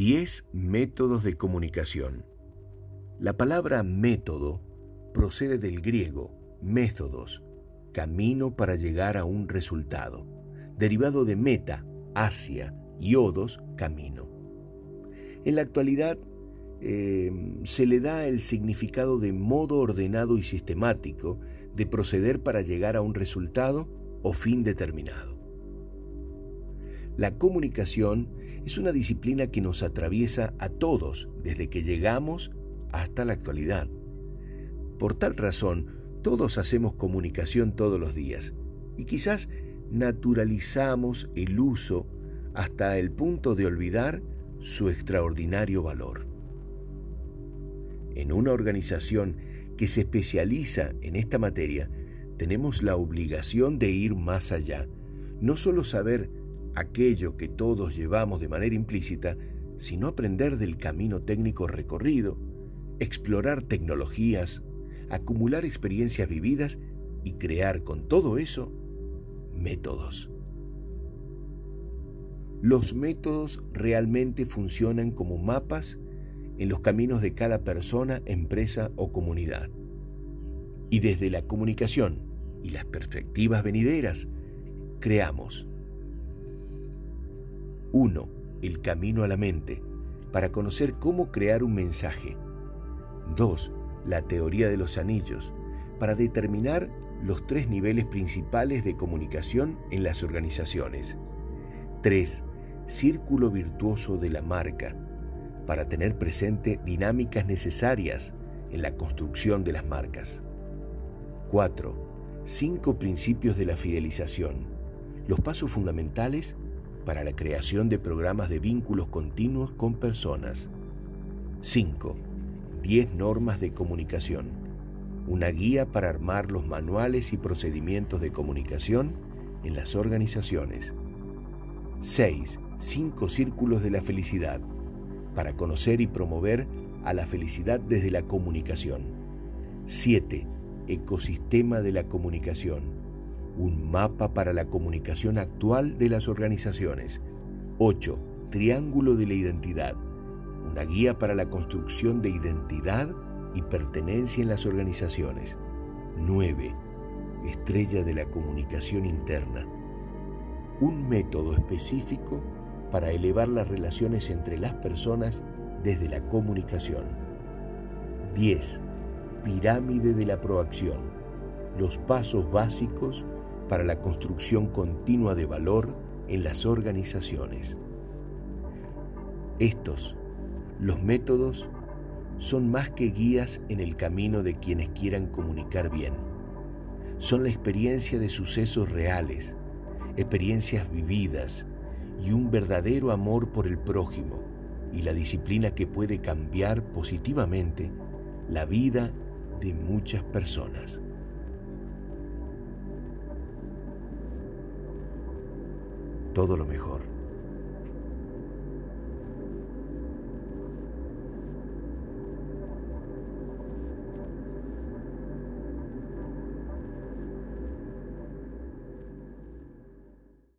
10 métodos de comunicación. La palabra método procede del griego métodos, camino para llegar a un resultado, derivado de meta, hacia, y odos, camino. En la actualidad se le da el significado de modo ordenado y sistemático de proceder para llegar a un resultado o fin determinado. La comunicación es una disciplina que nos atraviesa a todos desde que llegamos hasta la actualidad. Por tal razón, todos hacemos comunicación todos los días y quizás naturalizamos el uso hasta el punto de olvidar su extraordinario valor. En una organización que se especializa en esta materia, tenemos la obligación de ir más allá, no solo saber aquello que todos llevamos de manera implícita, sino aprender del camino técnico recorrido, explorar tecnologías, acumular experiencias vividas y crear con todo eso métodos. Los métodos realmente funcionan como mapas en los caminos de cada persona, empresa o comunidad. Y desde la comunicación y las perspectivas venideras, creamos 1. El camino a la mente, para conocer cómo crear un mensaje. 2. La teoría de los anillos, para determinar los 3 niveles principales de comunicación en las organizaciones. 3. Círculo virtuoso de la marca, para tener presente dinámicas necesarias en la construcción de las marcas. 4. 5 principios de la fidelización, los pasos fundamentales para la creación de programas de vínculos continuos con personas. 5. 10 normas de comunicación, una guía para armar los manuales y procedimientos de comunicación en las organizaciones. 6. 5 círculos de la felicidad, para conocer y promover a la felicidad desde la comunicación. 7. Ecosistema de la comunicación, un mapa para la comunicación actual de las organizaciones. 8. Triángulo de la identidad, una guía para la construcción de identidad y pertenencia en las organizaciones. 9. Estrella de la comunicación interna, un método específico para elevar las relaciones entre las personas desde la comunicación. 10. Pirámide de la proacción, los pasos básicos para la construcción continua de valor en las organizaciones. Los métodos, son más que guías en el camino de quienes quieran comunicar bien. Son la experiencia de sucesos reales, experiencias vividas y un verdadero amor por el prójimo y la disciplina que puede cambiar positivamente la vida de muchas personas. Todo lo mejor.